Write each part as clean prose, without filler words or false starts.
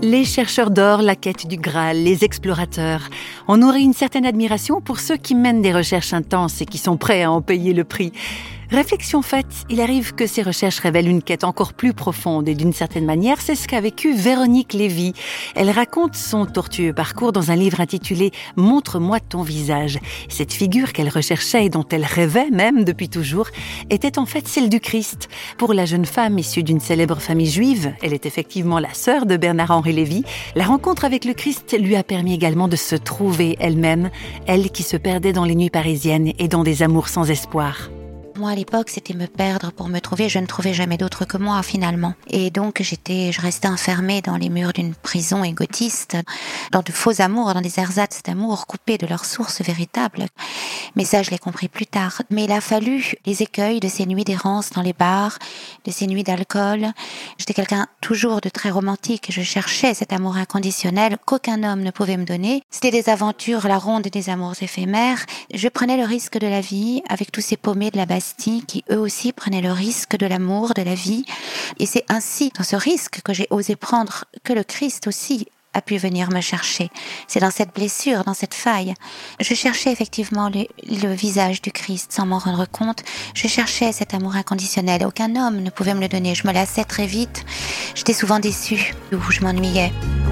Les chercheurs d'or, la quête du Graal, les explorateurs. On nourrit une certaine admiration pour ceux qui mènent des recherches intenses et qui sont prêts à en payer le prix. Réflexion faite, il arrive que ces recherches révèlent une quête encore plus profonde et d'une certaine manière, c'est ce qu'a vécu Véronique Lévy. Elle raconte son tortueux parcours dans un livre intitulé « Montre-moi ton visage ». Cette figure qu'elle recherchait et dont elle rêvait même depuis toujours était en fait celle du Christ. Pour la jeune femme issue d'une célèbre famille juive, elle est effectivement la sœur de Bernard-Henri Lévy. La rencontre avec le Christ lui a permis également de se trouver elle-même, elle qui se perdait dans les nuits parisiennes et dans des amours sans espoir. Moi, à l'époque, c'était me perdre pour me trouver. Je ne trouvais jamais d'autre que moi, finalement. Et donc, je restais enfermée dans les murs d'une prison égotiste, dans de faux amours, dans des ersatz d'amour coupés de leur source véritable. Mais ça, je l'ai compris plus tard. Mais il a fallu les écueils de ces nuits d'errance dans les bars, de ces nuits d'alcool. J'étais quelqu'un toujours de très romantique. Je cherchais cet amour inconditionnel qu'aucun homme ne pouvait me donner. C'était des aventures, la ronde des amours éphémères. Je prenais le risque de la vie avec tous ces paumés de la Bastille qui eux aussi prenaient le risque de l'amour, de la vie. Et c'est ainsi, dans ce risque que j'ai osé prendre, que le Christ aussi a pu venir me chercher. C'est dans cette blessure, dans cette faille. Je cherchais effectivement le visage du Christ sans m'en rendre compte. Je cherchais cet amour inconditionnel. Aucun homme ne pouvait me le donner. Je me lassais très vite. J'étais souvent déçue ou je m'ennuyais.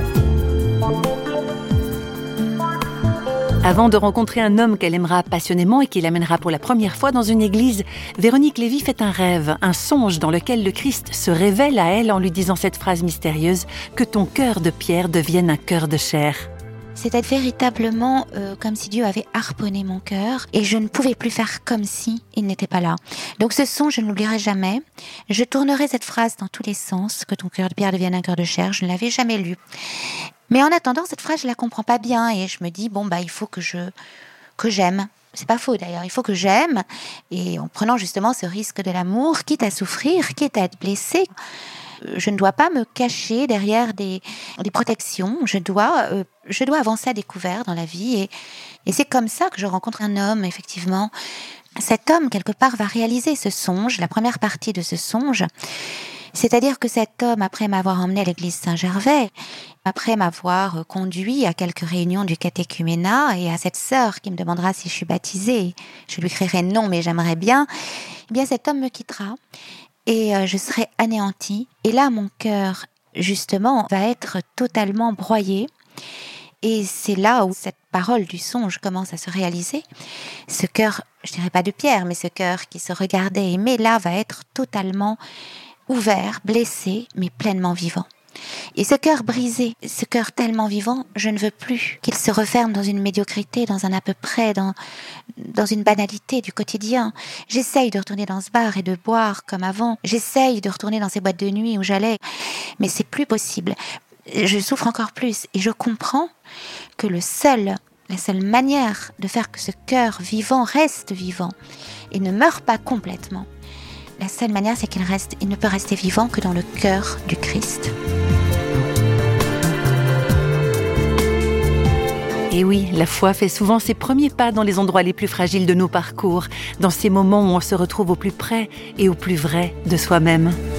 Avant de rencontrer un homme qu'elle aimera passionnément et qui l'amènera pour la première fois dans une église, Véronique Lévy fait un rêve, un songe dans lequel le Christ se révèle à elle en lui disant cette phrase mystérieuse « Que ton cœur de pierre devienne un cœur de chair ». C'était véritablement comme si Dieu avait harponné mon cœur et je ne pouvais plus faire comme si il n'était pas là. Donc ce songe, je ne l'oublierai jamais. Je tournerai cette phrase dans tous les sens, que ton cœur de pierre devienne un cœur de chair. Je ne l'avais jamais lue. Mais en attendant, cette phrase, je la comprends pas bien et je me dis, il faut que j'aime. C'est pas faux d'ailleurs, il faut que j'aime. Et en prenant justement ce risque de l'amour, quitte à souffrir, quitte à être blessée, je ne dois pas me cacher derrière des protections. Je dois avancer à découvert dans la vie. Et c'est comme ça que je rencontre un homme, effectivement. Cet homme, quelque part, va réaliser ce songe, la première partie de ce songe. C'est-à-dire que cet homme, après m'avoir emmené à l'église Saint-Gervais, après m'avoir conduit à quelques réunions du catéchuménat et à cette sœur qui me demandera si je suis baptisée, je lui crierai non, mais j'aimerais bien, eh bien cet homme me quittera et je serai anéantie. Et là, mon cœur, justement, va être totalement broyé. Et c'est là où cette parole du songe commence à se réaliser. Ce cœur, je dirais pas de pierre, mais ce cœur qui se regardait aimer, là, va être totalement ouvert, blessé, mais pleinement vivant. Et ce cœur brisé, ce cœur tellement vivant, je ne veux plus qu'il se referme dans une médiocrité, dans un à peu près, dans une banalité du quotidien. J'essaye de retourner dans ce bar et de boire comme avant. J'essaye de retourner dans ces boîtes de nuit où j'allais, mais c'est plus possible. Je souffre encore plus et je comprends que la seule manière de faire que ce cœur vivant reste vivant et ne meure pas complètement, la seule manière, c'est il ne peut rester vivant que dans le cœur du Christ. Et oui, la foi fait souvent ses premiers pas dans les endroits les plus fragiles de nos parcours, dans ces moments où on se retrouve au plus près et au plus vrai de soi-même.